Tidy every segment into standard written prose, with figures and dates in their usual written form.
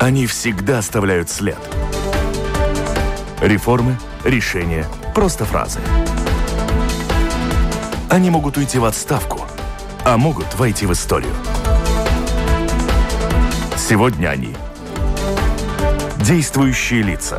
Они всегда оставляют след. Реформы, решения, просто фразы. Они могут уйти в отставку, а могут войти в историю. Сегодня они – действующие лица.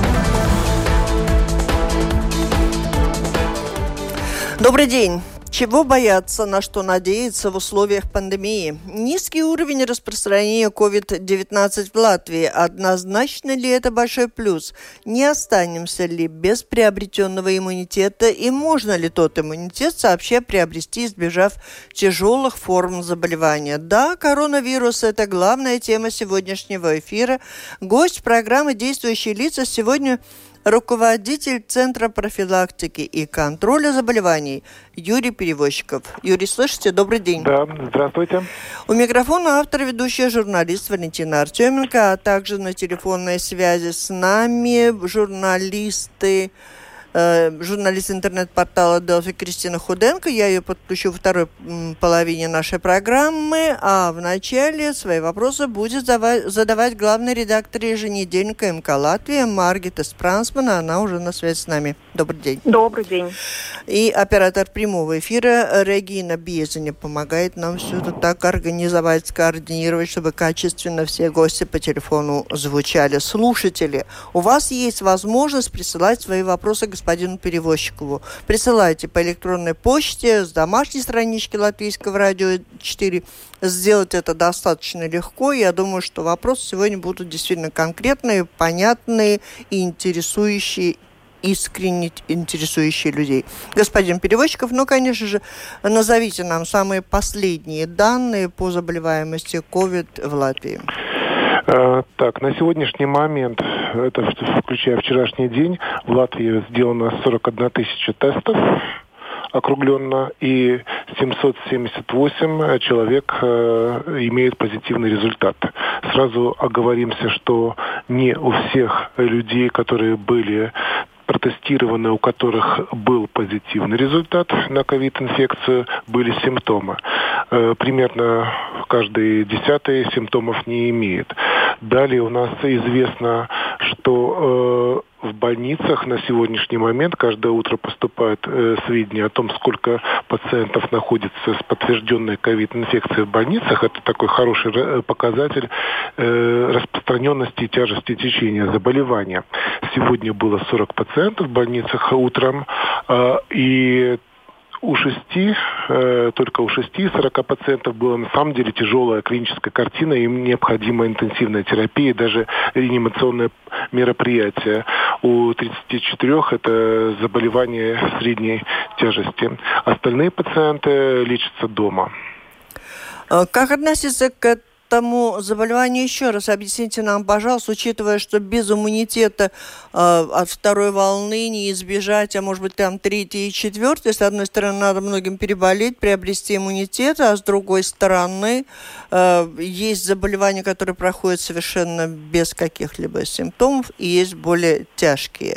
Добрый день. Чего бояться, на что надеяться в условиях пандемии? Низкий уровень распространения COVID-19 в Латвии. Однозначно ли это большой плюс? Не останемся ли без приобретенного иммунитета? И можно ли тот иммунитет сообща приобрести, избежав тяжелых форм заболевания? Да, коронавирус – это главная тема сегодняшнего эфира. Гость программы «Действующие лица» сегодня – руководитель Центра профилактики и контроля заболеваний Юрий Перевозчиков. Юрий, слышите? Добрый день. Да, здравствуйте. У микрофона автор, ведущая, журналист Валентина Артеменко, а также на телефонной связи с нами журналист интернет-портала Делфи Кристина Худенко. Я ее подключу во второй половине нашей программы, а в начале свои вопросы будет задавать главный редактор еженедельника МК Латвия Маргита Спрансман. Она уже на связи с нами. Добрый день. Добрый день. И оператор прямого эфира Регина Безеня помогает нам все это так организовать, скоординировать, чтобы качественно все гости по телефону звучали. Слушатели, у вас есть возможность присылать свои вопросы господину Перевозчикову. Присылайте по электронной почте с домашней странички Латвийского радио 4. Сделать это достаточно легко. Я думаю, что вопросы сегодня будут действительно конкретные, понятные и интересующие, искренне интересующие людей. Господин Перевозчиков, конечно же, назовите нам самые последние данные по заболеваемости COVID в Латвии. Так, на сегодняшний момент, это включая вчерашний день, в Латвии сделано 41 тысяча тестов округленно, и 778 человек имеют позитивный результат. Сразу оговоримся, что не у всех людей, которые были протестированы, у которых был позитивный результат на ковид-инфекцию, были симптомы. Примерно каждый 10-й симптомов не имеет. Далее у нас известно, что в больницах на сегодняшний момент каждое утро поступают сведения о том, сколько пациентов находится с подтвержденной ковид-инфекцией в больницах. Это такой хороший показатель распространенности и тяжести течения заболевания. Сегодня было 40 пациентов в больницах утром, и только у 40 пациентов была на самом деле тяжелая клиническая картина, им необходима интенсивная терапия, даже реанимационное мероприятие. У 34 это заболевание средней тяжести. Остальные пациенты лечатся дома. Как относиться к этому заболеванию еще раз? Объясните нам, пожалуйста, учитывая, что без иммунитета от второй волны не избежать, а может быть там третьей и четвертой. С одной стороны, надо многим переболеть, приобрести иммунитет, а с другой стороны, есть заболевания, которые проходят совершенно без каких-либо симптомов, и есть более тяжкие.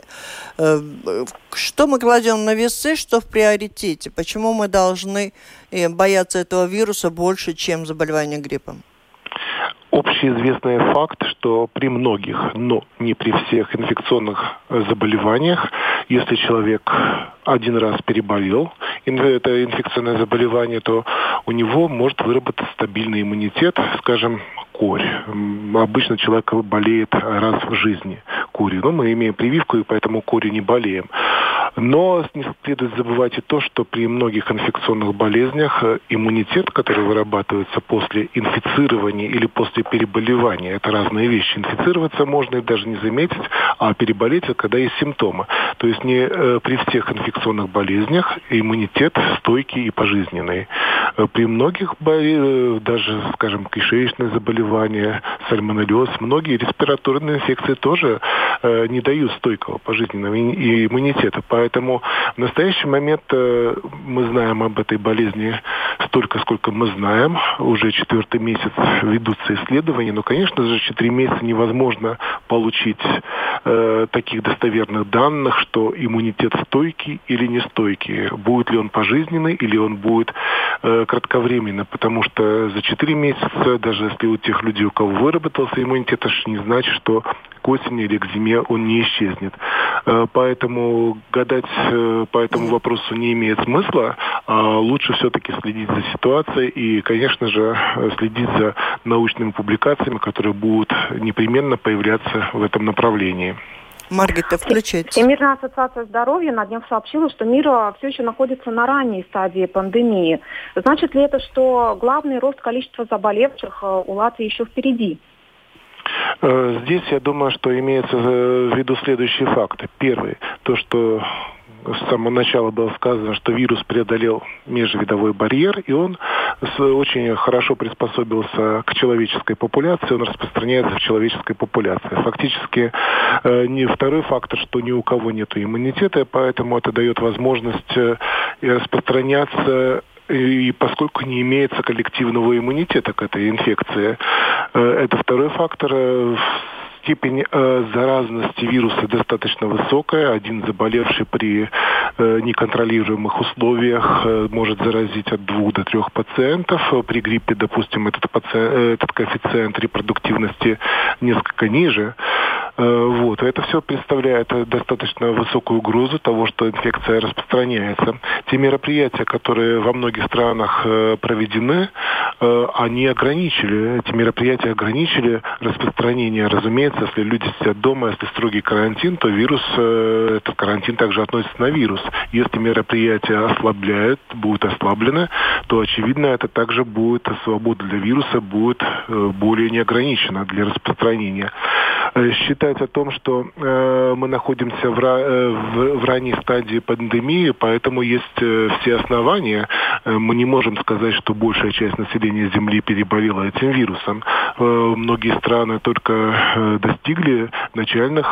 Что мы кладем на весы, что в приоритете? Почему мы должны бояться этого вируса больше, чем заболевания гриппом? Общеизвестный факт, что при многих, но не при всех инфекционных заболеваниях, если человек один раз переболел это инфекционное заболевание, то у него может выработаться стабильный иммунитет, скажем, корь. Обычно человек болеет раз в жизни корью. Но мы имеем прививку, и поэтому корью не болеем. Но не следует забывать и то, что при многих инфекционных болезнях иммунитет, который вырабатывается после инфицирования или после переболевания, это разные вещи. Инфицироваться можно и даже не заметить, а переболеть, когда есть симптомы. То есть не при всех инфекционных болезнях иммунитет стойкий и пожизненный. При многих, даже, скажем, кишечные заболевания, сальмонеллез, многие респираторные инфекции тоже не дают стойкого пожизненного иммунитета. Поэтому в настоящий момент мы знаем об этой болезни столько, сколько мы знаем. Уже 4-й месяц ведутся исследования, но, конечно же, 4 месяца невозможно получить таких достоверных данных, что иммунитет стойкий или нестойкий. Будет ли он пожизненный или он будет кратковременный, потому что за 4 месяца, даже если у тех людей, у кого выработался иммунитет, это же не значит, что к осени или к зиме он не исчезнет. Поэтому гадать по этому вопросу не имеет смысла. Лучше все-таки следить за ситуацией и, конечно же, следить за научными публикациями, которые будут непременно появляться в этом направлении. Маргита, включайте. Всемирная ассоциация здоровья на днях сообщила, что мир все еще находится на ранней стадии пандемии. Значит ли это, что главный рост количества заболевших у Латвии еще впереди? Здесь, я думаю, что имеется в виду следующие факты. Первый, то, что с самого начала было сказано, что вирус преодолел межвидовой барьер, и он очень хорошо приспособился к человеческой популяции, он распространяется в человеческой популяции. Фактически, второй фактор, что ни у кого нет иммунитета, поэтому это дает возможность распространяться, и поскольку не имеется коллективного иммунитета к этой инфекции. Это второй фактор. Степень заразности вируса достаточно высокая. Один заболевший при неконтролируемых условиях может заразить от 2 до 3 пациентов. При гриппе, допустим, этот коэффициент репродуктивности несколько ниже. Это все представляет достаточно высокую угрозу того, что инфекция распространяется. Те мероприятия, которые во многих странах проведены, эти мероприятия ограничили распространение. Разумеется, если люди сидят дома, если строгий карантин, то этот карантин также относится на вирус. Если мероприятия будут ослаблены, то, очевидно, это также будет, свобода для вируса будет более неограничена для распространения. Считать о том, что мы находимся в ранней стадии пандемии, поэтому есть все основания. Мы не можем сказать, что большая часть населения Земли переболела этим вирусом. Многие страны только достигли начальной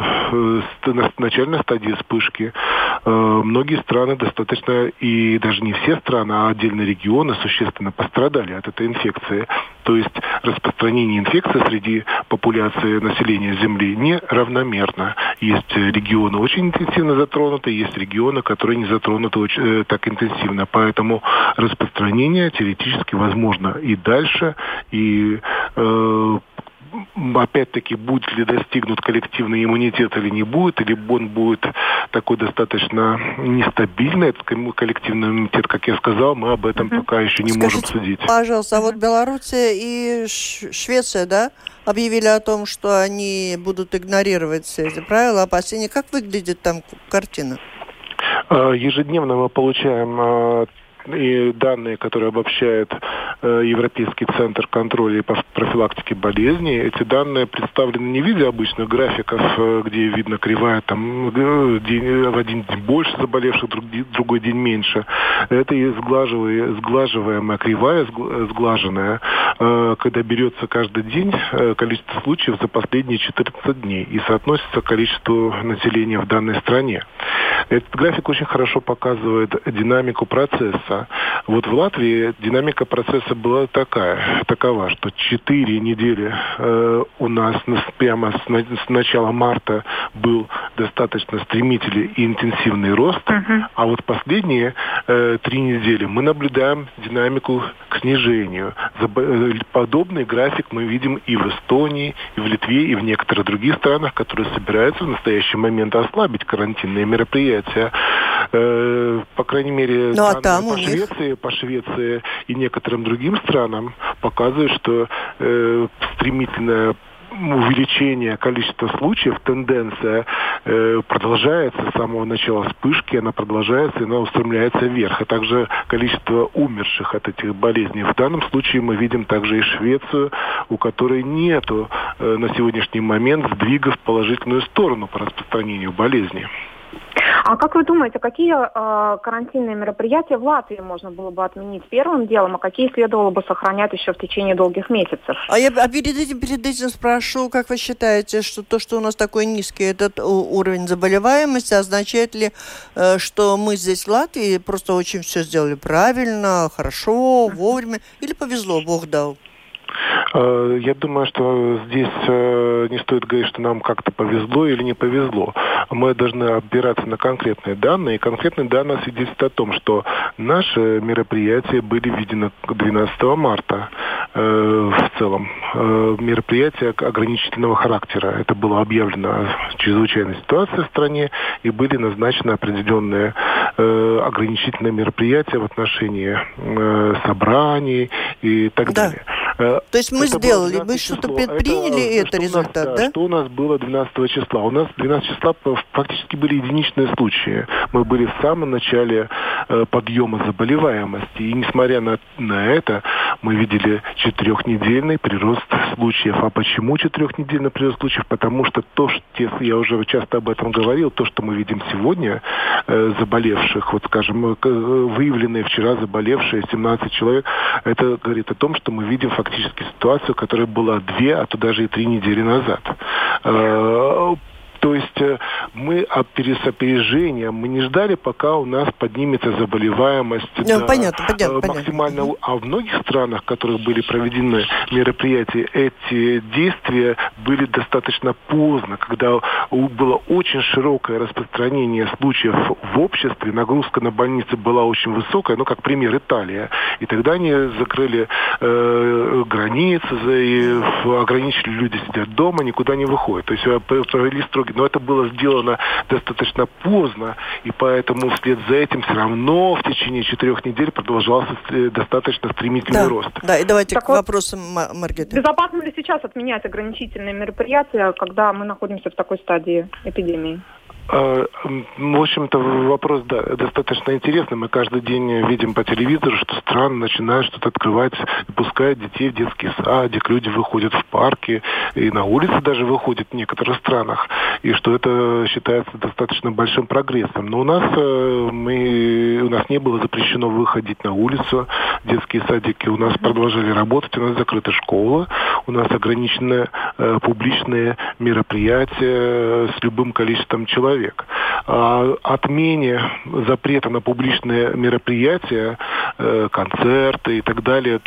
стадии вспышки. Многие страны достаточно, и даже не все страны, а отдельные регионы существенно пострадали от этой инфекции. То есть распространение инфекции среди популяции населения Земли неравномерно. Есть регионы очень интенсивно затронуты, есть регионы, которые не затронуты так интенсивно. Поэтому распространение теоретически возможно и дальше, и опять-таки, будет ли достигнут коллективный иммунитет или не будет, или он будет такой достаточно нестабильный, этот коллективный иммунитет, как я сказал, мы об этом пока еще не можем судить. Пожалуйста, а вот Белоруссия и Швеция, да, объявили о том, что они будут игнорировать все эти правила опасения. Как выглядит там картина? Ежедневно мы получаем и данные, которые обобщает Европейский центр контроля и профилактики болезней. Эти данные представлены не в виде обычных графиков, где видно кривая, там в один день больше заболевших, другой день меньше. Это и сглаживаемая кривая, сглаженная, когда берется каждый день количество случаев за последние 14 дней и соотносится к количеству населения в данной стране. Этот график очень хорошо показывает динамику процесса. Вот в Латвии динамика процесса была такова, что 4 недели у нас прямо с начала марта был достаточно стремительный и интенсивный рост, а вот последние 3 недели мы наблюдаем динамику к снижению. Подобный график мы видим и в Эстонии, и в Литве, и в некоторых других странах, которые собираются в настоящий момент ослабить карантинные мероприятия. По крайней мере, по Швеции и некоторым другим странам показывают, что стремительное увеличение количества случаев, тенденция продолжается с самого начала вспышки, она продолжается и она устремляется вверх. А также количество умерших от этих болезней. В данном случае мы видим также и Швецию, у которой нету на сегодняшний момент сдвига в положительную сторону по распространению болезни. А как вы думаете, какие карантинные мероприятия в Латвии можно было бы отменить первым делом, а какие следовало бы сохранять еще в течение долгих месяцев? Я перед этим спрошу, как вы считаете, что то, что у нас такой низкий этот уровень заболеваемости, означает ли, что мы здесь в Латвии просто очень все сделали правильно, хорошо, вовремя, или повезло, Бог дал? Я думаю, что здесь не стоит говорить, что нам как-то повезло или не повезло. Мы должны опираться на конкретные данные. И конкретные данные свидетельствуют о том, что наши мероприятия были введены 12 марта. В целом мероприятия ограничительного характера. Это было объявлено чрезвычайной ситуацией в стране, и были назначены определенные ограничительные мероприятия в отношении собраний и так далее. То есть мы сделали, мы что-то предприняли, это результат, да? Что у нас было 12 числа? У нас 12 числа фактически были единичные случаи. Мы были в самом начале подъема заболеваемости. И несмотря на это, мы видели 4-недельный прирост случаев. А почему 4-недельный прирост случаев? Потому что я уже часто об этом говорил, то, что мы видим сегодня, заболевших, вот скажем, выявленные вчера заболевшие 17 человек, это говорит о том, что мы видим фактически ситуацию, которая была 2, а то даже и 3 недели назад. То есть мы с опережением, мы не ждали, пока у нас поднимется заболеваемость максимально. А в многих странах, в которых были проведены мероприятия, эти действия были достаточно поздно, когда было очень широкое распространение случаев в обществе, нагрузка на больницы была очень высокая, как пример Италия. И тогда они закрыли границы, и ограничили, люди сидят дома, никуда не выходят. То есть провели строгие. Но это было сделано достаточно поздно, и поэтому вслед за этим все равно в течение 4 недель продолжался достаточно стремительный рост. Да, и давайте к вопросам Маргариты. Безопасно ли сейчас отменять ограничительные мероприятия, когда мы находимся в такой стадии эпидемии? В общем-то, вопрос, достаточно интересный. Мы каждый день видим по телевизору, что страны начинают что-то открывать, пускают детей в детский садик, люди выходят в парки, и на улице даже выходят в некоторых странах, и что это считается достаточно большим прогрессом. Но у нас не было запрещено выходить на улицу, детские садики у нас продолжали работать, у нас закрыты школы, у нас ограничены публичные мероприятия с любым количеством человек. Отмене запрета на публичные мероприятия, концерты и так далее,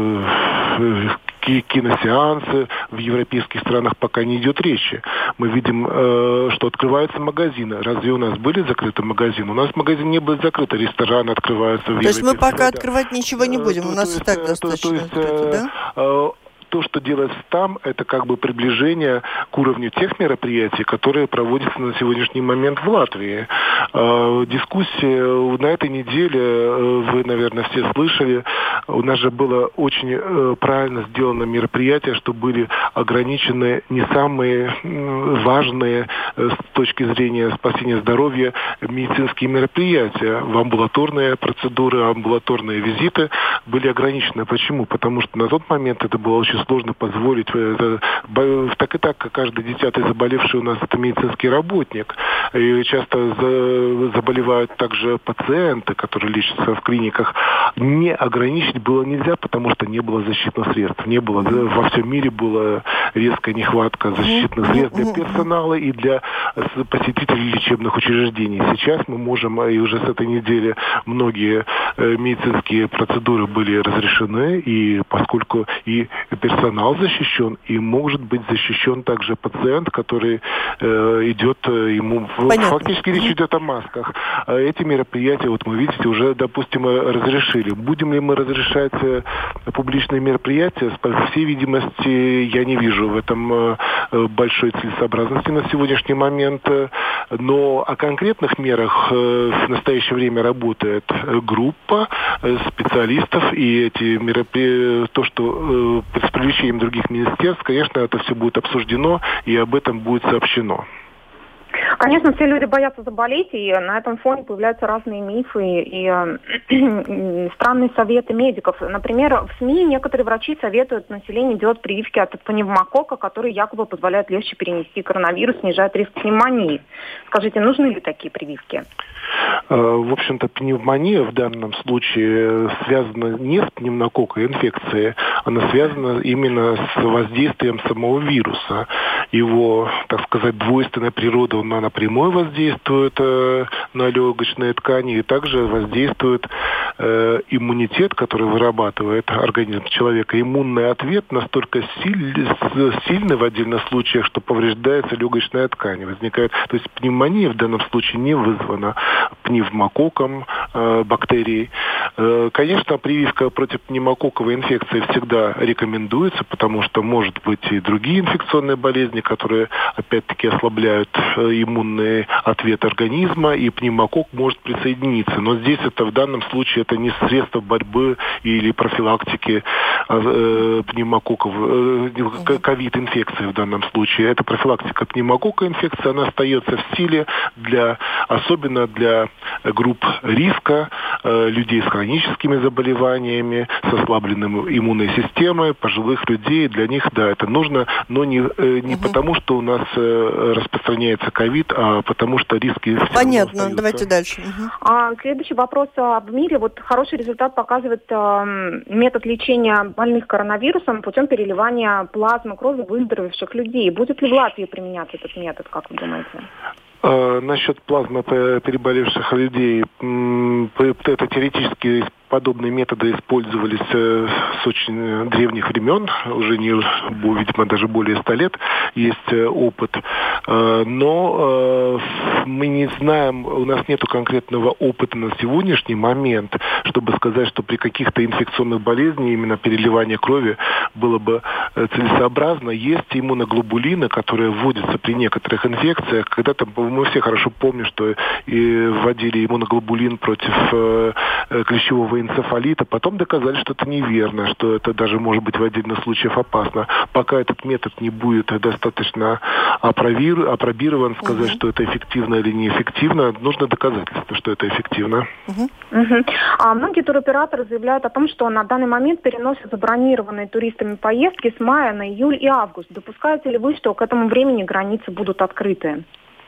киносеансы в европейских странах пока не идет речи. Мы видим, что открываются магазины. Разве у нас были закрыты магазины? У нас магазины не были закрыты, рестораны открываются. То есть мы пока открывать ничего не будем? У нас и так достаточно открыто, да? То, что делается там, это приближение к уровню тех мероприятий, которые проводятся на сегодняшний момент в Латвии. Дискуссия на этой неделе, вы, наверное, все слышали, у нас же было очень правильно сделано мероприятие, что были ограничены не самые важные с точки зрения спасения здоровья медицинские мероприятия. Амбулаторные процедуры, амбулаторные визиты были ограничены. Почему? Потому что на тот момент это было очень сложно позволить. Так и так, каждый 10-й заболевший у нас это медицинский работник. И часто заболевают также пациенты, которые лечатся в клиниках. Не ограничить было нельзя, потому что не было защитных средств. Во всем мире была резкая нехватка защитных средств для персонала и для посетителей лечебных учреждений. Сейчас мы можем, и уже с этой недели многие медицинские процедуры были разрешены, и поскольку и персонал защищен, и может быть защищен также пациент, который идет, ему фактически речь идет о масках. Эти мероприятия, мы видите, уже, допустим, разрешили. Будем ли мы разрешать публичные мероприятия? По всей видимости, я не вижу в этом большой целесообразности на сегодняшний момент. Но о конкретных мерах в настоящее время работает группа специалистов, и эти мероприятия, то, что с привлечением других министерств, конечно, это все будет обсуждено, и об этом будет сообщено. Конечно, все люди боятся заболеть, и на этом фоне появляются разные мифы и странные советы медиков. Например, в СМИ некоторые врачи советуют населению делать прививки от пневмококка, которые якобы позволяют легче перенести коронавирус, снижают риск пневмонии. Скажите, нужны ли такие прививки? В общем-то, пневмония в данном случае связана не с пневмококковой инфекцией, она связана именно с воздействием самого вируса. Его, так сказать, двойственная природа, она напрямую воздействует на легочные ткани и также воздействует иммунитет, который вырабатывает организм человека, иммунный ответ настолько сильный в отдельных случаях, что повреждается легочная ткань. Возникает, то есть пневмония в данном случае не вызвана пневмококком, бактерией. Конечно, прививка против пневмококковой инфекции всегда рекомендуется, потому что может быть и другие инфекционные болезни, которые опять-таки ослабляют иммунный ответ организма, и пневмококк может присоединиться. Но здесь это в данном случае это не средство борьбы или профилактики пневмококков, ковид-инфекции в данном случае. Это профилактика пневмококковой инфекции, она остается в силе особенно для групп риска, людей с хроническими заболеваниями, с ослабленной иммунной системой, пожилых людей. Для них, да, это нужно, но не потому, что у нас распространяется ковид, а потому что риски... Понятно, давайте дальше. Следующий вопрос. В мире хороший результат показывает метод лечения больных коронавирусом путем переливания плазмы крови выздоровевших людей. Будет ли в Латвии применяться этот метод, как вы думаете? Насчет плазмы переболевших людей, это теоретически подобные методы использовались с очень древних времен, уже видимо, даже более 100 лет есть опыт. Но мы не знаем, у нас нет конкретного опыта на сегодняшний момент, чтобы сказать, что при каких-то инфекционных болезнях именно переливание крови было бы целесообразно. Есть иммуноглобулины, которые вводятся при некоторых инфекциях. Когда-то мы все хорошо помним, что и вводили иммуноглобулин против клещевого энцефалита, потом доказали, что это неверно, что это даже может быть в отдельных случаях опасно. Пока этот метод не будет достаточно апробирован, сказать, что это эффективно или неэффективно, нужно доказательство, что это эффективно. Многие туроператоры заявляют о том, что на данный момент переносят забронированные туристами поездки с мая на июль и август. Допускаете ли вы, что к этому времени границы будут открыты?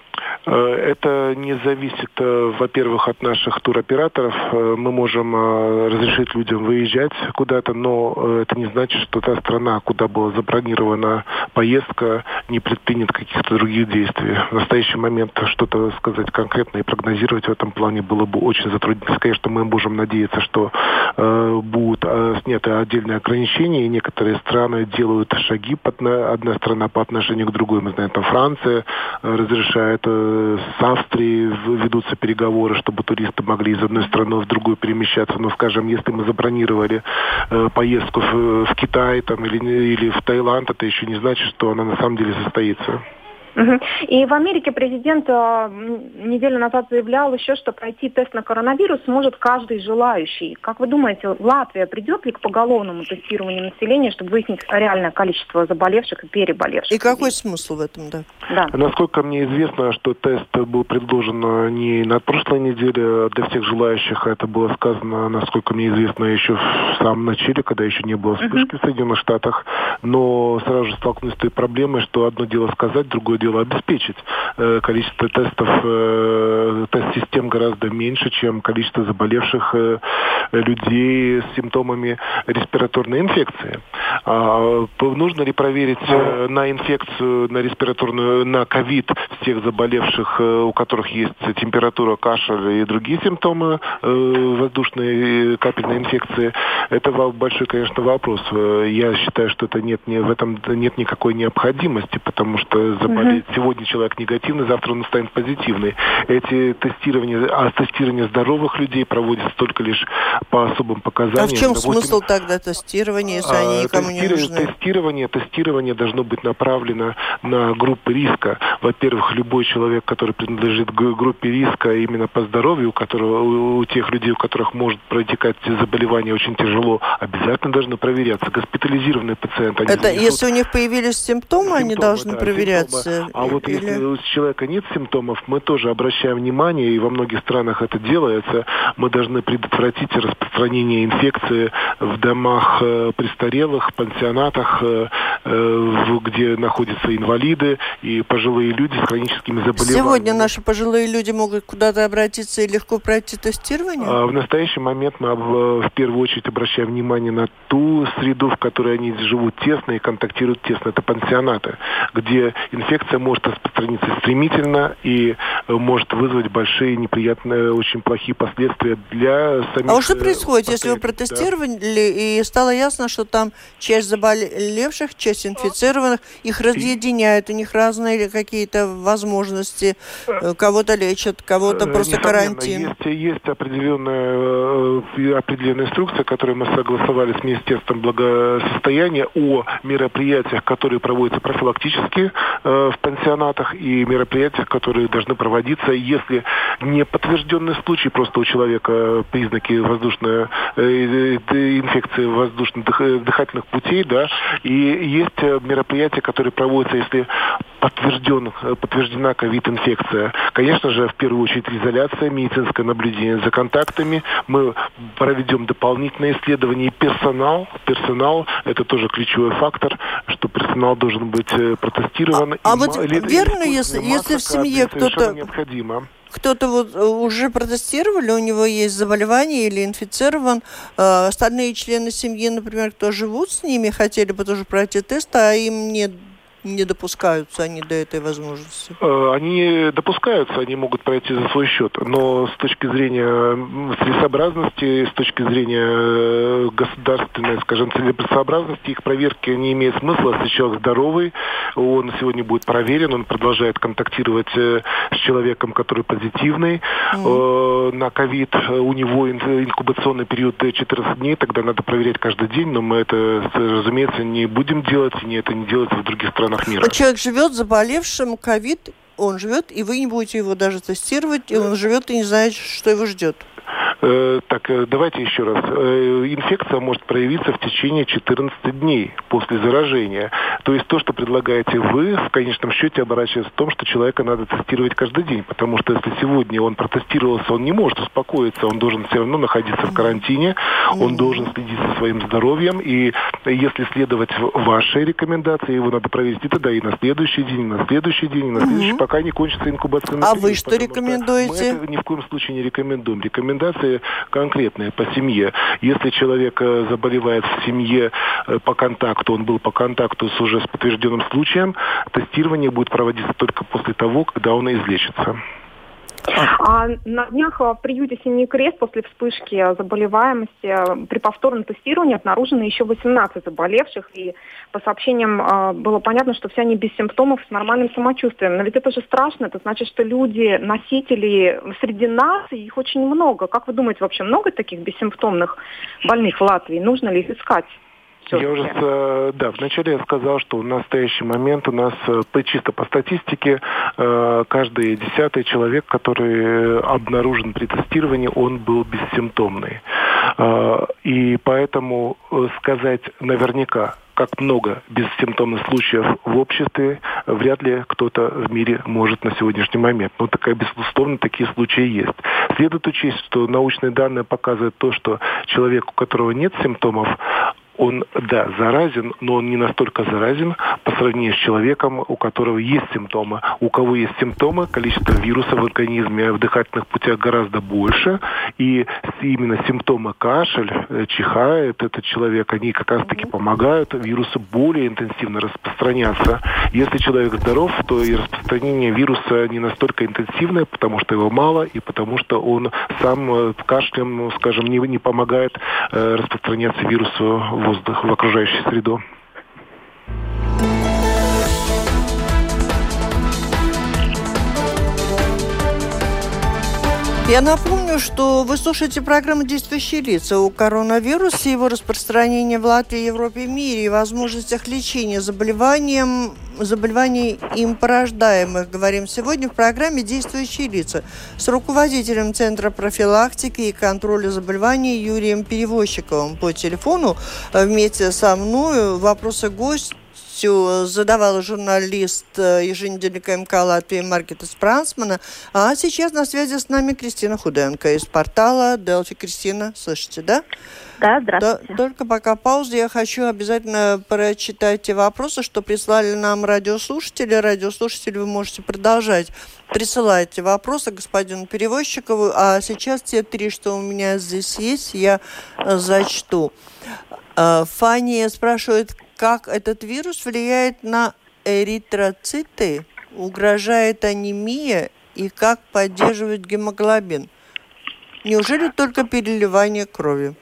Это не зависит, во-первых, от наших туроператоров. Мы можем разрешить людям выезжать куда-то, но это не значит, что та страна, куда была забронирована поездка, не предпринят каких-то других действий. В настоящий момент что-то сказать конкретно и прогнозировать в этом плане было бы очень затруднительно. Конечно, мы можем надеяться, что будут сняты отдельные ограничения, и некоторые страны делают шаги, одна страна по отношению к другой. Мы знаем, там Франция разрешает, с Австрией ведутся переговоры, чтобы туристы могли из одной страны в другую перемещаться. Но, скажем, если мы забронировали поездку в Китай или в Таиланд, это еще не значит, что она на самом деле состоится. И в Америке президент неделю назад заявлял еще, что пройти тест на коронавирус сможет каждый желающий. Как вы думаете, Латвия придет ли к поголовному тестированию населения, чтобы выяснить реальное количество заболевших и переболевших? И какой смысл в этом, да? Насколько мне известно, что тест был предложен не на прошлой неделе для всех желающих, это было сказано, насколько мне известно, еще в самом начале, когда еще не было вспышки в Соединенных Штатах. Но сразу же столкнулись с той проблемой, что одно дело сказать, другое дело обеспечить. Количество тестов, тест-систем гораздо меньше, чем количество заболевших людей с симптомами респираторной инфекции. Нужно ли проверить на инфекцию, на респираторную, на ковид всех заболевших, у которых есть температура, кашель и другие симптомы воздушной капельной инфекции? Это большой, конечно, вопрос. Я считаю, что в этом нет никакой необходимости, потому что заболеть сегодня человек негативный, завтра он станет позитивный. Тестирование здоровых людей проводится только лишь по особым показаниям. А в чем смысл тогда тестирования, если они никому не нужны? Тестирование должно быть направлено на группы риска. Во-первых, любой человек, который принадлежит к группе риска именно по здоровью, у тех людей, у которых может протекать заболевание очень тяжело, обязательно должны проверяться. Госпитализированные пациенты. Это если у них появились симптомы, они должны проверяться? А вот если у человека нет симптомов, мы тоже обращаем внимание, и во многих странах это делается, мы должны предотвратить распространение инфекции в домах престарелых, пансионатах, где находятся инвалиды и пожилые люди с хроническими заболеваниями. Сегодня наши пожилые люди могут куда-то обратиться и легко пройти тестирование? В настоящий момент мы в первую очередь обращаем внимание на ту среду, в которой они живут тесно и контактируют тесно. Это пансионаты, где инфекция инфекция может распространиться стремительно и может вызвать большие, неприятные, очень плохие последствия для самих... А вот что происходит, если вы протестировали, и стало ясно, что там часть заболевших, часть инфицированных, их разъединяют, у них разные какие-то возможности, кого-то лечат, кого-то просто карантин? Есть определенная инструкция, которую мы согласовали с Министерством благосостояния о мероприятиях, которые проводятся профилактически в пансионатах, и мероприятиях, которые должны проводиться, если не подтвержденный случай, просто у человека признаки инфекции воздушно-дыхательных путей, да, и есть мероприятия, которые проводятся, если подтверждена ковид-инфекция. Конечно же, в первую очередь изоляция, медицинское наблюдение за контактами. Мы проведем дополнительные исследования. И персонал – это тоже ключевой фактор, что персонал должен быть протестирован. Вот верно, если в семье кто-то... Кто-то вот уже протестировали, у него есть заболевание или инфицирован, остальные члены семьи, например, кто живут с ними, хотели бы тоже пройти тест, а им не допускаются они до этой возможности? Они допускаются, они могут пройти за свой счет. Но с точки зрения целесообразности, с точки зрения государственной, скажем, целесообразности, их проверки не имеет смысла. Если человек здоровый, он сегодня будет проверен, он продолжает контактировать с человеком, который позитивный на ковид. У него инкубационный период 14 дней, тогда надо проверять каждый день, но мы это, разумеется, не будем делать, и это не делается в других странах мира. Вот человек живет заболевшим ковид, он живет, и вы не будете его даже тестировать, и он живет и не знает, что его ждет. Так, давайте еще раз. Инфекция может проявиться в течение 14 дней после заражения. То есть то, что предлагаете вы, в конечном счете оборачивается в том, что человека надо тестировать каждый день. Потому что если сегодня он протестировался, он не может успокоиться, он должен все равно находиться в карантине, он должен следить за своим здоровьем. И если следовать вашей рекомендации, его надо провести тогда и на следующий день, и на следующий день, и на следующий, пока не кончится инкубационный период. А вы что рекомендуете? Мы это ни в коем случае не рекомендуем. Рекомендации конкретные по семье. Если человек заболевает в семье по контакту, он был по контакту с подтвержденным случаем, тестирование будет проводиться только после того, когда он излечится. А на днях в приюте «Синий крест» после вспышки заболеваемости при повторном тестировании обнаружено еще 18 заболевших. И по сообщениям было понятно, что все они без симптомов, с нормальным самочувствием. Но ведь это же страшно. Это значит, что люди, носители среди нас, их очень много. Как вы думаете, вообще много таких бессимптомных больных в Латвии? Нужно ли их искать? Вначале я сказал, что в настоящий момент у нас чисто по статистике каждый 10-й человек, который обнаружен при тестировании, он был бессимптомный. И поэтому сказать наверняка, как много бессимптомных случаев в обществе, вряд ли кто-то в мире может на сегодняшний момент. Но безусловно, такие случаи есть. Следует учесть, что научные данные показывают то, что человек, у которого нет симптомов, он, заразен, но он не настолько заразен по сравнению с человеком, у которого есть симптомы. У кого есть симптомы, количество вируса в организме, в дыхательных путях гораздо больше. И именно симптомы кашель, чихает этот человек, они как раз-таки помогают вирусу более интенсивно распространяться. Если человек здоров, то и распространение вируса не настолько интенсивное, потому что его мало, и потому что он сам кашлем, скажем, не помогает распространяться вирусу воздух, в окружающую среду. Я напомню, что вы слушаете программу «Действующие лица» о коронавирусе, его распространении в Латвии, Европе и мире и возможностях лечения заболеваний им порождаемых. Говорим сегодня в программе «Действующие лица» с руководителем Центра профилактики и контроля заболеваний Юрием Перевозчиковым по телефону. Вместе со мной вопросы гостя задавала журналист еженедельника МК Латвии Маргита Спрансмана. А сейчас на связи с нами Кристина Худенко из портала Delfi. Кристина, слышите, да? Да, здравствуйте. Только пока пауза, я хочу обязательно прочитать те вопросы, что прислали нам радиослушатели. Радиослушатели, вы можете продолжать присылать вопросы господину Перевозчикову. А сейчас те 3, что у меня здесь есть, я зачту. Фания спрашивает, как этот вирус влияет на эритроциты угрожает анемия и как поддерживать гемоглобин? Неужели только переливание крови?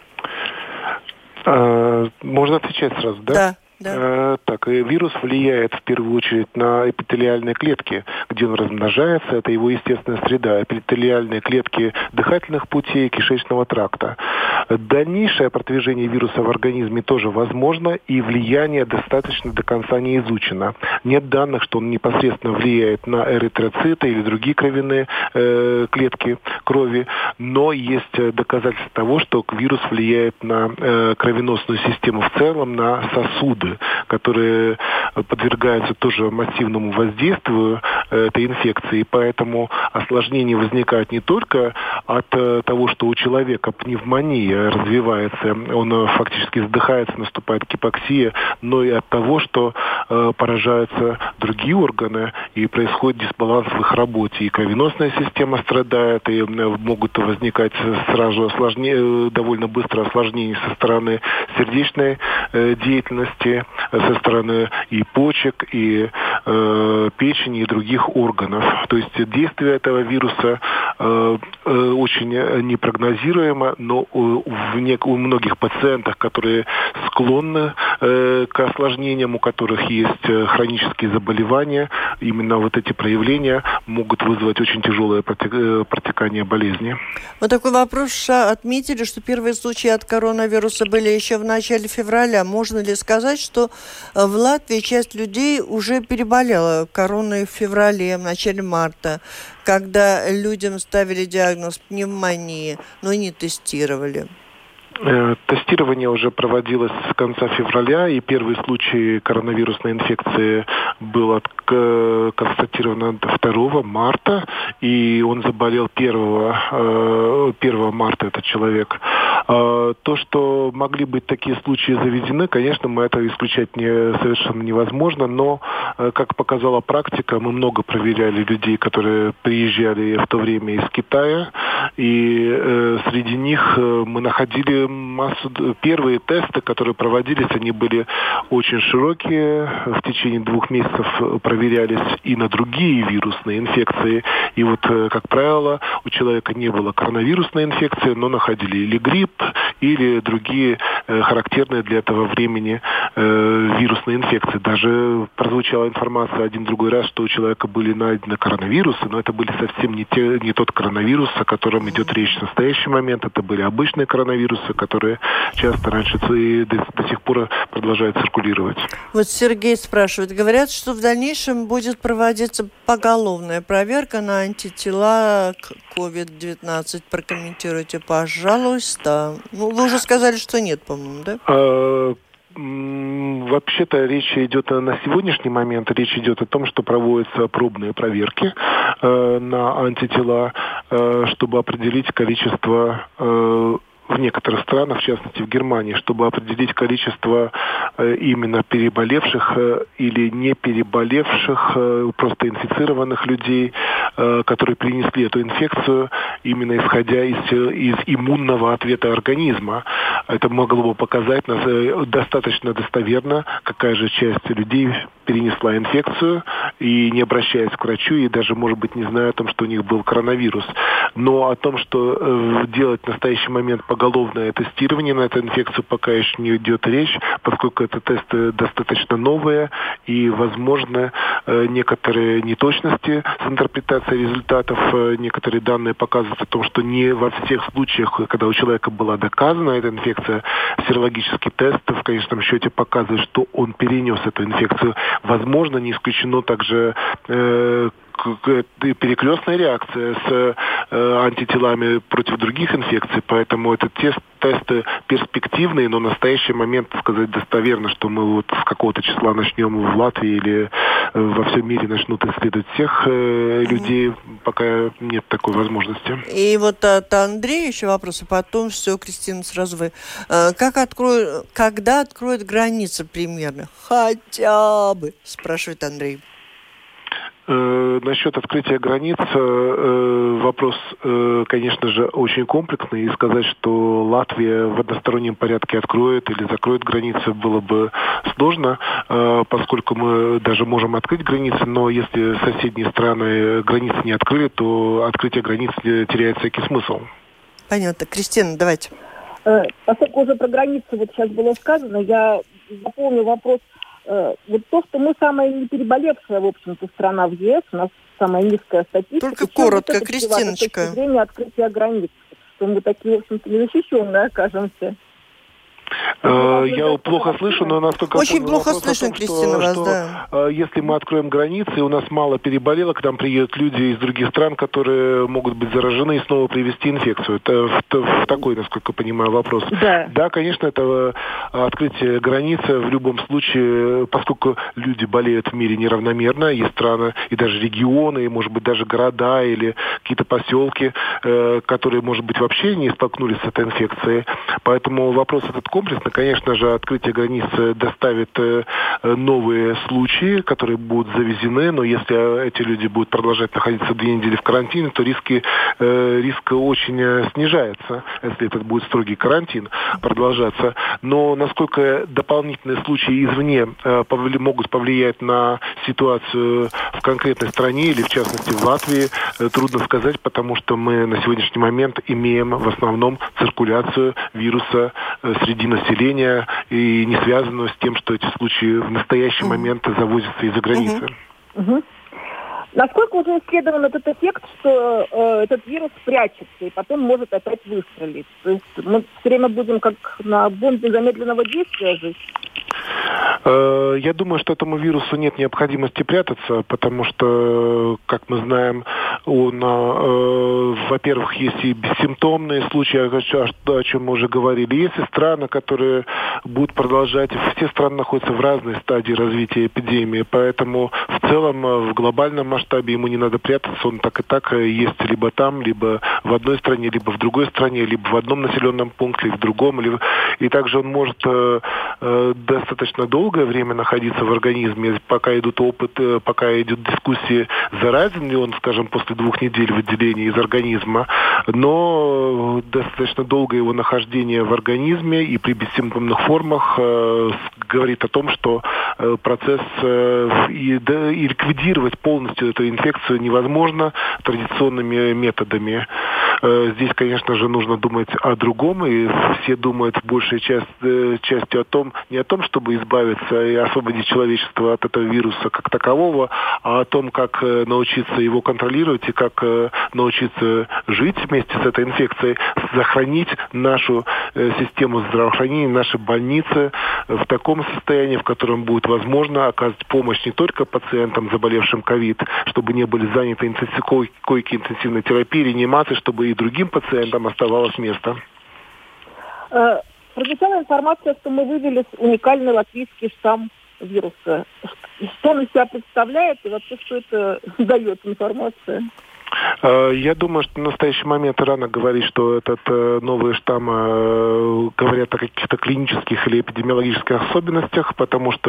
Можно отвечать сразу, да? Да. Так, вирус влияет в первую очередь на эпителиальные клетки, где он размножается, это его естественная среда, эпителиальные клетки дыхательных путей, кишечного тракта. Дальнейшее продвижение вируса в организме тоже возможно, и влияние достаточно до конца не изучено. Нет данных, что он непосредственно влияет на эритроциты или другие кровяные клетки крови, но есть доказательства того, что вирус влияет на кровеносную систему в целом, на сосуды, которые подвергаются тоже массивному воздействию этой инфекции. Поэтому осложнения возникают не только от того, что у человека пневмония развивается, он фактически задыхается, наступает гипоксия, но и от того, что поражаются другие органы и происходит дисбаланс в их работе. И кровеносная система страдает, и могут возникать сразу довольно быстро осложнения со стороны сердечной деятельности, со стороны и почек, и печени, и других органов. То есть действие этого вируса очень непрогнозируемо, но у многих пациентов, которые склонны к осложнениям, у которых есть хронические заболевания, именно вот эти проявления могут вызвать очень тяжелое протекание болезни. Вот такой вопрос. Отметили, что первые случаи от коронавируса были еще в начале февраля. Можно ли сказать, что в Латвии часть людей уже переболела короной в феврале, в начале марта, когда людям ставили диагноз пневмонии, но не тестировали? Тестирование уже проводилось с конца февраля, и первый случай коронавирусной инфекции был констатирован 2 марта, и он заболел 1 марта, этот человек. То, что могли быть такие случаи заведены, конечно, мы это исключать совершенно невозможно, но, как показала практика, мы много проверяли людей, которые приезжали в то время из Китая, и среди них мы находили массу. Первые тесты, которые проводились, они были очень широкие. В течение 2 месяцев проверялись и на другие вирусные инфекции. И вот, как правило, у человека не было коронавирусной инфекции, но находили или грипп, или другие характерные для этого времени вирусные инфекции. Даже прозвучала информация один-другой раз, что у человека были найдены коронавирусы, но это были совсем не тот коронавирус, о котором идет речь в настоящий момент. Это были обычные коронавирусы, которые часто раньше и до сих пор продолжают циркулировать. Вот Сергей спрашивает. Говорят, что в дальнейшем будет проводиться поголовная проверка на антитела к COVID-19. Прокомментируйте, пожалуйста. Ну, вы уже сказали, что нет, по-моему, да? Вообще-то речь идет на сегодняшний момент, речь идет о том, что проводятся пробные проверки на антитела, чтобы определить количество в некоторых странах, в частности в Германии, чтобы определить количество именно переболевших или не переболевших, просто инфицированных людей, которые принесли эту инфекцию, именно исходя из иммунного ответа организма. Это могло бы показать достаточно достоверно, какая же часть людей перенесла инфекцию и не обращаясь к врачу, и даже, может быть, не зная о том, что у них был коронавирус. Но о том, что делать в настоящий момент поголовное тестирование на эту инфекцию, пока еще не идет речь, поскольку это тесты достаточно новые, и, возможно, некоторые неточности с интерпретацией результатов, некоторые данные показывают о том, что не во всех случаях, когда у человека была доказана эта инфекция, серологический тест в конечном счете показывает, что он перенес эту инфекцию. Возможно, не исключено также перекрестная реакция с антителами против других инфекций, поэтому это тесты перспективные, но в настоящий момент сказать достоверно, что мы вот с какого-то числа начнем в Латвии или во всем мире начнут исследовать всех людей, пока нет такой возможности. И вот от Андрея еще вопрос, а потом все, Кристина, сразу вы. Когда откроют границы примерно? Хотя бы, спрашивает Андрей. Насчет открытия границ вопрос, конечно же, очень комплексный. И сказать, что Латвия в одностороннем порядке откроет или закроет границы, было бы сложно, поскольку мы даже можем открыть границы, но если соседние страны границы не открыли, то открытие границ теряет всякий смысл. Понятно. Кристина, давайте. Поскольку уже про границы вот сейчас было сказано, я дополню вопрос. Вот то, что мы самая не переболевшая, в общем-то, страна в ЕС, у нас самая низкая статистика. Только коротко, Кристиночка. С точки зрения открытия границ, что мы такие, в общем-то, незащищенные окажемся. Я плохо слышу, но насколько... Очень плохо слышно, Кристина, вас, да. Если мы откроем границы, у нас мало переболело, к нам приедут люди из других стран, которые могут быть заражены и снова привести инфекцию. Это в такой, насколько я понимаю, вопрос. Да, конечно, это открытие границы в любом случае, поскольку люди болеют в мире неравномерно, есть страны и даже регионы, и, может быть, даже города или какие-то поселки, которые, может быть, вообще не столкнулись с этой инфекцией. Поэтому вопрос этот комплексно. Конечно же, открытие границ доставит новые случаи, которые будут завезены, но если эти люди будут продолжать находиться 2 недели в карантине, то риск очень снижается, если это будет строгий карантин продолжаться. Но насколько дополнительные случаи извне могут повлиять на ситуацию в конкретной стране или, в частности, в Латвии, трудно сказать, потому что мы на сегодняшний момент имеем в основном циркуляцию вируса среди населения и не связанную с тем, что эти случаи в настоящий момент завозятся из-за границы. Насколько уже исследован этот эффект, что этот вирус прячется и потом может опять выстрелить? То есть мы все время будем как на бомбе замедленного действия жить? Я думаю, что этому вирусу нет необходимости прятаться, потому что, как мы знаем, он, во-первых, есть и бессимптомные случаи, о чем мы уже говорили. Есть и страны, которые будут продолжать. Все страны находятся в разной стадии развития эпидемии, поэтому в целом в глобальном масштабе ему не надо прятаться. Он так и так есть либо там, либо в одной стране, либо в другой стране, либо в одном населенном пункте, в другом. И также он может достаточно долгое время находиться в организме, пока идут пока идет дискуссия, заразен ли он, скажем, после 2 недель выделения из организма, но достаточно долгое его нахождение в организме и при бессимптомных формах говорит о том, что процесс и ликвидировать полностью эту инфекцию невозможно традиционными методами. Здесь, конечно же, нужно думать о другом, и все думают в большей части не о том, чтобы избавиться и освободить человечество от этого вируса как такового, а о том, как научиться его контролировать и как научиться жить вместе с этой инфекцией, сохранить нашу систему здравоохранения, наши больницы в таком состоянии, в котором будет возможно оказать помощь не только пациентам, заболевшим ковид, чтобы не были заняты койки интенсивной терапии, реанимации, чтобы и другим пациентам оставалось место. Прозвучала информация, что мы вывели уникальный латвийский штамм вируса. Что он из себя представляет и вообще что это дает информация? Я думаю, что в настоящий момент рано говорить, что этот новый штамм говорят о каких-то клинических или эпидемиологических особенностях, потому что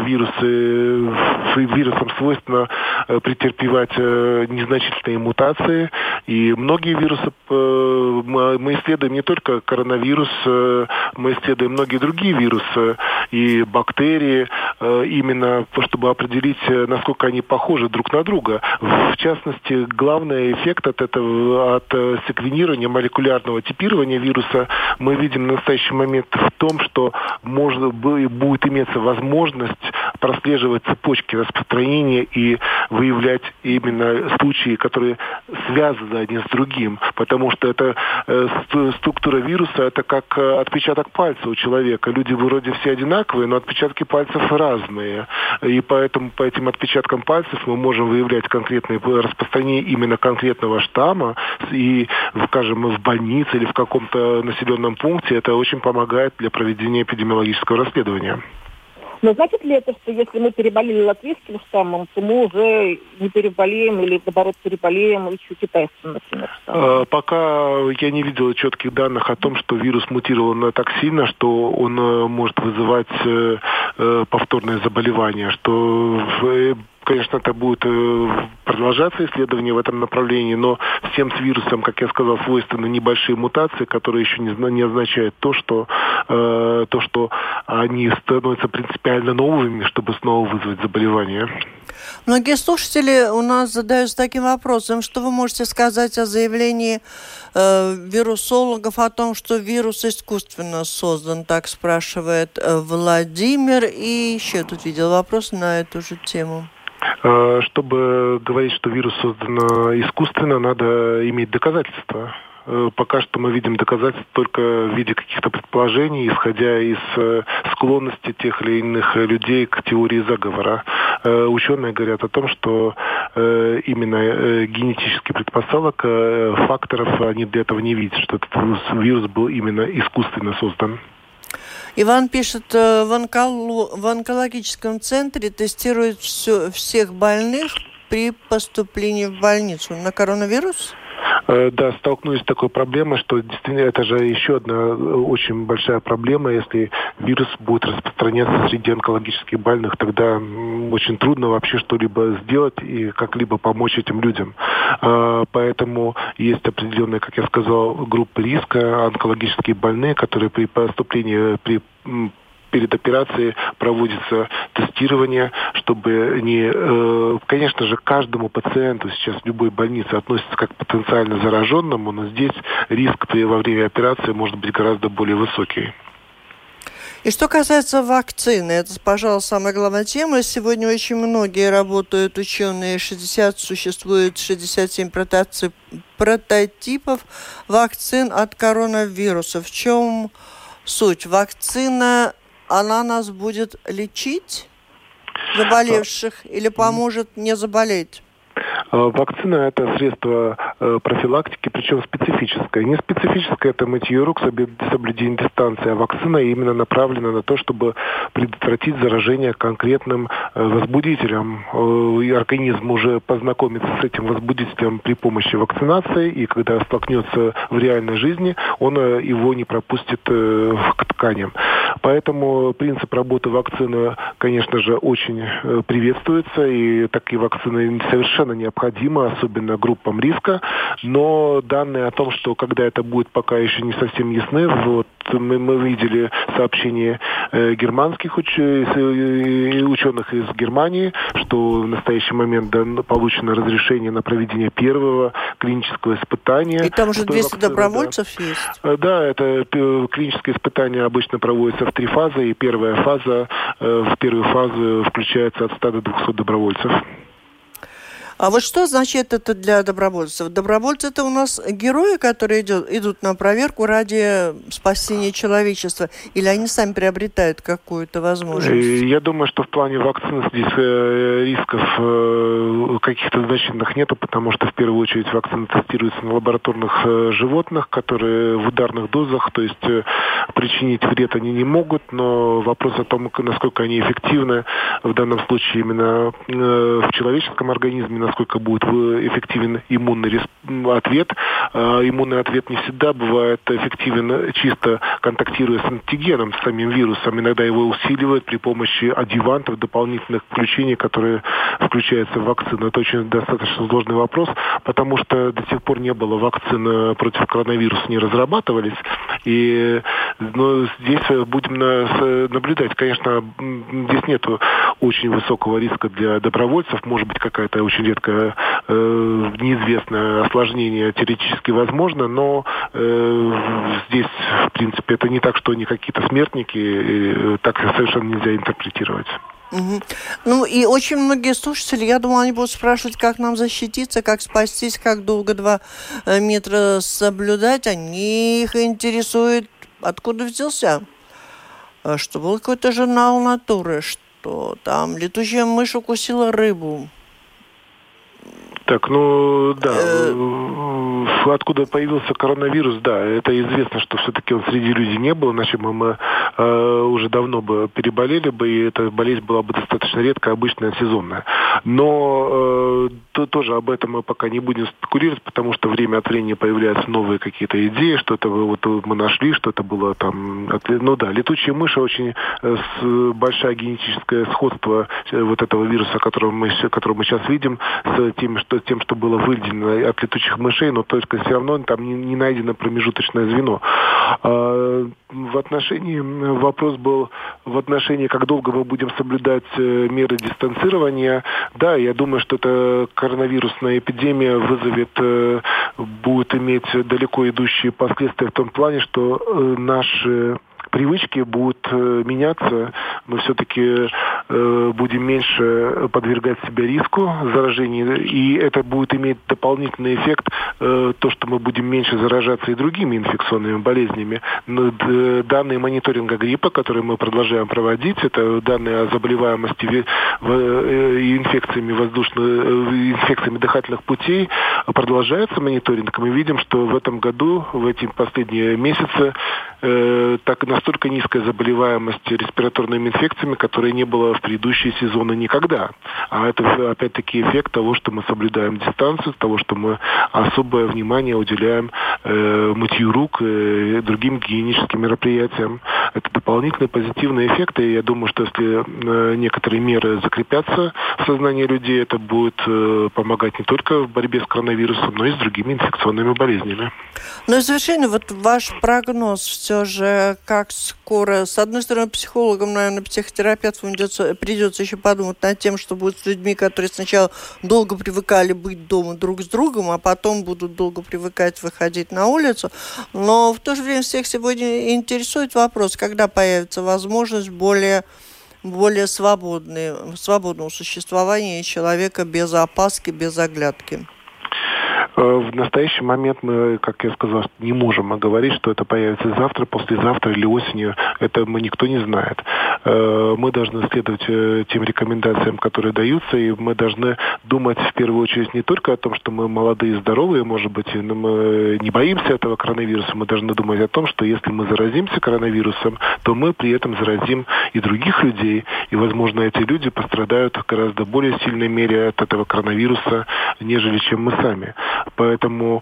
вирусам свойственно претерпевать незначительные мутации. И многие вирусы мы исследуем не только коронавирус, мы исследуем многие другие вирусы и бактерии, именно чтобы определить, насколько они похожи друг на друга. В частности, главный эффект от секвенирования, молекулярного типирования вируса мы видим на настоящий момент в том, что будет иметься возможность прослеживать цепочки распространения и выявлять именно случаи, которые связаны один с другим, потому что это структура вируса, это как отпечаток пальца у человека. Люди вроде все одинаковые, но отпечатки пальцев разные, и поэтому по этим отпечаткам пальцев мы можем выявлять конкретные распространения именно конкретного штамма, и, скажем, в больнице или в каком-то населенном пункте это очень помогает для проведения эпидемиологического расследования. Но значит ли это, что если мы переболели латвийским штаммом, то мы уже не переболеем или, наоборот, переболеем еще китайским, например, штаммом? Пока я не видел четких данных о том, что вирус мутировал так сильно, что он может вызывать повторное заболевание, что конечно, это будет продолжаться исследование в этом направлении, но всем с вирусом, как я сказал, свойственны небольшие мутации, которые еще не означают то, что они становятся принципиально новыми, чтобы снова вызвать заболевание. Многие слушатели у нас задаются таким вопросом, что вы можете сказать о заявлении вирусологов о том, что вирус искусственно создан, так спрашивает Владимир. И еще тут видел вопрос на эту же тему. Чтобы говорить, что вирус создан искусственно, надо иметь доказательства. Пока что мы видим доказательства только в виде каких-то предположений, исходя из склонности тех или иных людей к теории заговора. Ученые говорят о том, что именно генетических предпосылок, факторов они для этого не видят, что этот вирус был именно искусственно создан. Иван пишет, в онкологическом центре тестируют всех больных при поступлении в больницу на коронавирус? Да, столкнулись с такой проблемой, что действительно это же еще одна очень большая проблема. Если вирус будет распространяться среди онкологических больных, тогда очень трудно вообще что-либо сделать и как-либо помочь этим людям. Поэтому есть определенные, как я сказал, группы риска, онкологические больные, которые при поступлении, перед операцией проводится тестирование, чтобы не... Конечно же, к каждому пациенту сейчас в любой больнице относится как к потенциально зараженному, но здесь риск во время операции может быть гораздо более высокий. И что касается вакцины, это, пожалуй, самая главная тема. Сегодня очень многие работают ученые, существует 67 прототипов вакцин от коронавируса. В чем суть? Вакцина, она нас будет лечить, заболевших, или поможет не заболеть? Вакцина – это средство профилактики, причем специфическое. Не специфическое – это мытье рук, соблюдение дистанции, а вакцина именно направлена на то, чтобы предотвратить заражение конкретным возбудителем. И организм уже познакомится с этим возбудителем при помощи вакцинации, и когда столкнется в реальной жизни, он его не пропустит к тканям. Поэтому принцип работы вакцины, конечно же, очень приветствуется, и такие вакцины совершенно необходимы, особенно группам риска, но данные о том, что когда это будет, пока еще не совсем ясны. Вот мы видели сообщения германских ученых из Германии, что в настоящий момент получено разрешение на проведение первого клинического испытания. И там уже 200 добровольцев есть? Да, это клиническое испытание обычно проводится в 3 фазы, и первая фаза, в первую фазу включается от 100 до 200 добровольцев. А вот что значит это для добровольцев? Добровольцы – это у нас герои, которые идут на проверку ради спасения человечества, или они сами приобретают какую-то возможность? Я думаю, что в плане вакцин здесь рисков каких-то значительных нету, потому что в первую очередь вакцины тестируются на лабораторных животных, которые в ударных дозах, то есть причинить вред они не могут, но вопрос о том, насколько они эффективны в данном случае именно в человеческом организме, насколько будет эффективен иммунный ответ. Иммунный ответ не всегда бывает эффективен, чисто контактируя с антигеном, с самим вирусом. Иногда его усиливают при помощи адъювантов, дополнительных включений, которые включаются в вакцину. Это очень достаточно сложный вопрос, потому что до сих пор не было вакцин против коронавируса, не разрабатывались. Но здесь будем наблюдать. Конечно, здесь нет очень высокого риска для добровольцев. Может быть, какая-то очень редкое неизвестное осложнение теоретически возможно, но здесь, в принципе, это не так, что они какие-то смертники, так совершенно нельзя интерпретировать. Угу. Ну и очень многие слушатели, я думаю, они будут спрашивать, как нам защититься, как спастись, как долго 2 метра соблюдать. Они их интересует, откуда взялся. Что был какой-то журнал «Натуры», что там летучая мышь укусила рыбу. Так, откуда появился коронавирус, да, это известно, что все-таки он среди людей не был, иначе мы уже давно бы переболели бы, и эта болезнь была бы достаточно редкая, обычная, сезонная. Но тоже об этом мы пока не будем спекулировать, потому что время от времени появляются новые какие-то идеи, что это мы нашли, что это было там... летучие мыши, очень большое генетическое сходство вот этого вируса, который мы сейчас видим, с тем, что было выведено от летучих мышей, но только все равно там не найдено промежуточное звено. Вопрос был в отношении, как долго мы будем соблюдать меры дистанцирования. Да, я думаю, что эта коронавирусная эпидемия будет иметь далеко идущие последствия в том плане, что наши привычки будут меняться, мы все-таки будем меньше подвергать себя риску заражения, и это будет иметь дополнительный эффект, то, что мы будем меньше заражаться и другими инфекционными болезнями. Данные мониторинга гриппа, которые мы продолжаем проводить, это данные о заболеваемости инфекциями дыхательных путей, продолжается мониторинг. Мы видим, что в этом году, в эти последние месяцы, настолько низкая заболеваемость респираторными инфекциями, которой не было в предыдущие сезоны никогда. А это, опять-таки, эффект того, что мы соблюдаем дистанцию, того, что мы особое внимание уделяем мытью рук и другим гигиеническим мероприятиям. Это дополнительный позитивный эффект, и я думаю, что если некоторые меры закрепятся в сознании людей, это будет помогать не только в борьбе с коронавирусом, но и с другими инфекционными болезнями. Ну и завершение, ваш прогноз все же, как скоро, с одной стороны, психологам, наверное, психотерапевтам придется еще подумать над тем, что будет с людьми, которые сначала долго привыкали быть дома друг с другом, а потом будут долго привыкать выходить на улицу. Но в то же время всех сегодня интересует вопрос, когда появится возможность более свободного существования человека без опаски, без оглядки. В настоящий момент мы, как я сказал, не можем говорить, что это появится завтра, послезавтра или осенью. Это никто не знает. Мы должны следовать тем рекомендациям, которые даются, и мы должны думать в первую очередь не только о том, что мы молодые и здоровые, может быть, и мы не боимся этого коронавируса. Мы должны думать о том, что если мы заразимся коронавирусом, то мы при этом заразим и других людей, и, возможно, эти люди пострадают в гораздо более сильной мере от этого коронавируса, нежели чем мы сами. Поэтому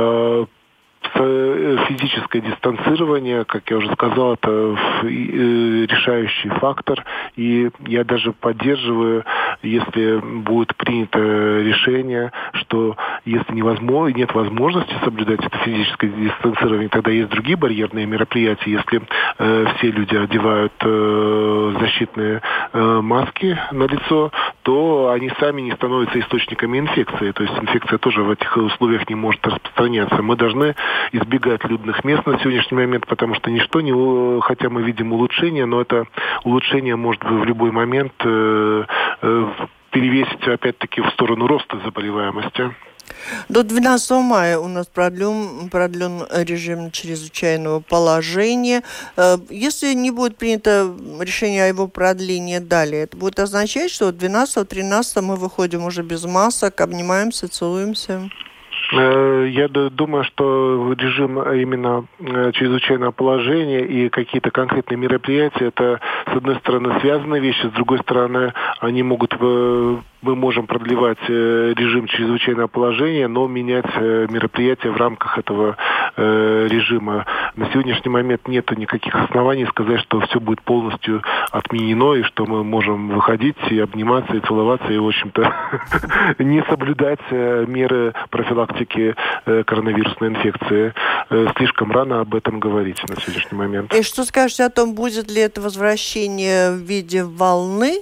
физическое дистанцирование, как я уже сказал, это решающий фактор. И я даже поддерживаю, если будет принято решение, что если нет возможности соблюдать это физическое дистанцирование, тогда есть другие барьерные мероприятия. Если все люди одевают защитные маски на лицо, то они сами не становятся источниками инфекции. То есть инфекция тоже в этих условиях не может распространяться. Мы должны избегать людных мест на сегодняшний момент, потому что ничто не... Хотя мы видим улучшение, но это улучшение может в любой момент перевесить, опять-таки, в сторону роста заболеваемости. До 12 мая у нас продлен режим чрезвычайного положения. Если не будет принято решение о его продлении далее, это будет означать, что 12-13 мы выходим уже без масок, обнимаемся, целуемся? Я думаю, что режим именно чрезвычайного положения и какие-то конкретные мероприятия, это, с одной стороны, связанные вещи, с другой стороны, мы можем продлевать режим чрезвычайного положения, но менять мероприятия в рамках этого режима. На сегодняшний момент нет никаких оснований сказать, что все будет полностью отменено, и что мы можем выходить и обниматься, и целоваться, и, в общем-то, не соблюдать меры профилактики коронавирусной инфекции. Слишком рано об этом говорить на сегодняшний момент. И что скажете о том, будет ли это возвращение в виде волны?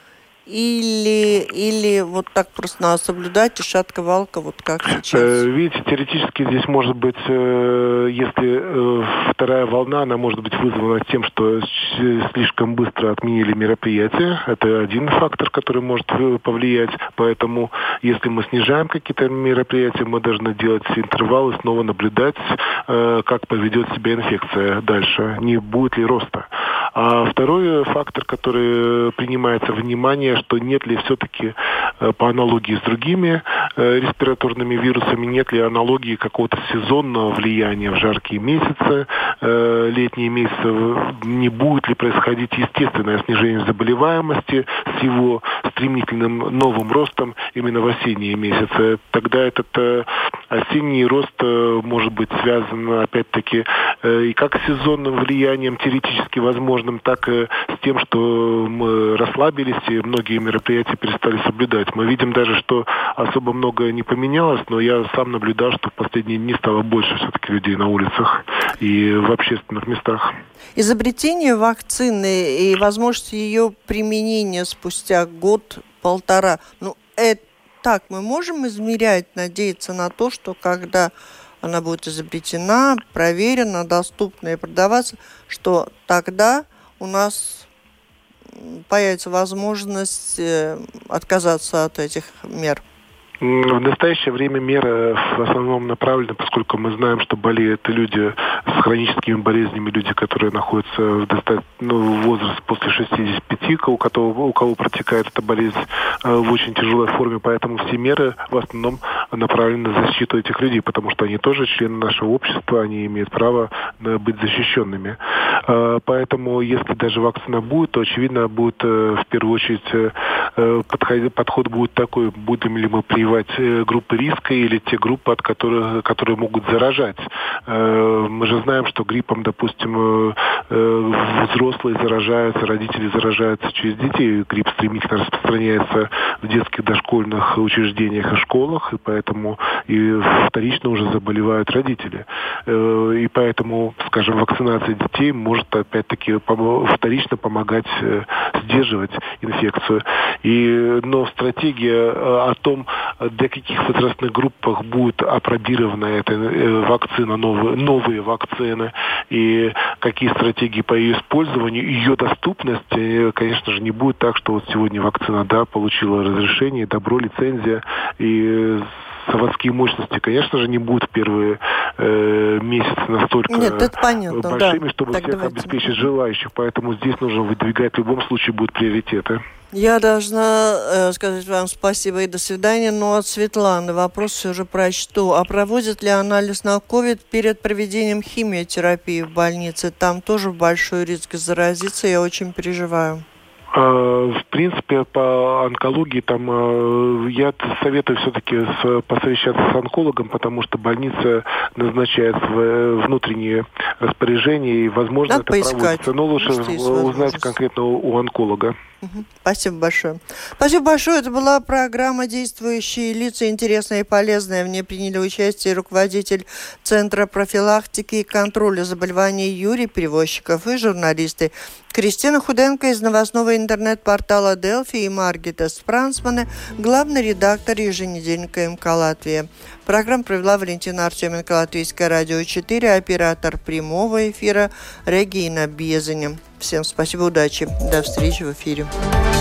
Или вот так просто надо соблюдать, и шатка-валка, вот как сейчас? Видите, теоретически здесь может быть, если вторая волна, она может быть вызвана тем, что слишком быстро отменили мероприятия. Это один фактор, который может повлиять. Поэтому, если мы снижаем какие-то мероприятия, мы должны делать интервалы, снова наблюдать, как поведет себя инфекция дальше, не будет ли роста. А второй фактор, который принимается во внимание уточняя, что нет ли все-таки по аналогии с другими респираторными вирусами, нет ли аналогии какого-то сезонного влияния в жаркие месяцы, летние месяцы, не будет ли происходить естественное снижение заболеваемости с его стремительным новым ростом именно в осенние месяцы. Тогда этот осенний рост может быть связан, опять-таки, и как с сезонным влиянием теоретически возможным, так и с тем, что мы расслабились и многие мероприятия перестали соблюдать. Мы видим даже, что особо многое не поменялось, но я сам наблюдал, что в последние дни стало больше все-таки людей на улицах и в общественных местах. Изобретение вакцины и возможность ее применения спустя год-полтора, это так мы можем измерять, надеяться на то, что когда она будет изобретена, проверена, доступна и продаваться, что тогда у нас появится возможность отказаться от этих мер? В настоящее время меры в основном направлены, поскольку мы знаем, что болеют люди с хроническими болезнями, люди, которые находятся в возрасте после 65, у кого протекает эта болезнь в очень тяжелой форме, поэтому все меры в основном направлены на защиту этих людей, потому что они тоже члены нашего общества, они имеют право быть защищенными. Поэтому, если даже вакцина будет, то, очевидно, будет в первую очередь подход будет такой, будем ли мы прививать группы риска или те группы, которые могут заражать. Мы же знаем, что гриппом, допустим, взрослые заражаются, родители заражаются через детей. Грипп стремительно распространяется в детских дошкольных учреждениях и школах, и поэтому и вторично уже заболевают родители. И поэтому, скажем, вакцинация детей может опять-таки вторично помогать сдерживать инфекцию. Но стратегия о том, для каких возрастных группах будет апробирована эта вакцина, новые вакцины, и какие стратегии по ее использованию, ее доступность, конечно же, не будет так, что вот сегодня вакцина, получила разрешение, добро, лицензия, и заводские мощности, конечно же, не будут в первые месяцы настолько большими, чтобы всех обеспечить желающих. Поэтому здесь нужно выдвигать в любом случае будут приоритеты. Я должна сказать вам спасибо и до свидания, но от Светланы вопрос все же прочту. А проводят ли анализ на COVID перед проведением химиотерапии в больнице? Там тоже большой риск заразиться, я очень переживаю. В принципе, по онкологии там я советую все-таки посовещаться с онкологом, потому что больница назначает внутренние распоряжения, и, возможно, это проводится. Но лучше узнать конкретно у онколога. Спасибо большое. Спасибо большое. Это была программа «Действующие лица». Интересная и полезная. В ней приняли участие руководитель Центра профилактики и контроля заболеваний Юрий Перевозчиков и журналисты Кристина Худенко из новостного интернет-портала Delfi и Маргита Спрансмане, главный редактор еженедельника МК «Латвия». Программу провела Валентина Артеменко, Латвийское радио 4, оператор прямого эфира Регина Безеня. Всем спасибо, удачи. До встречи в эфире.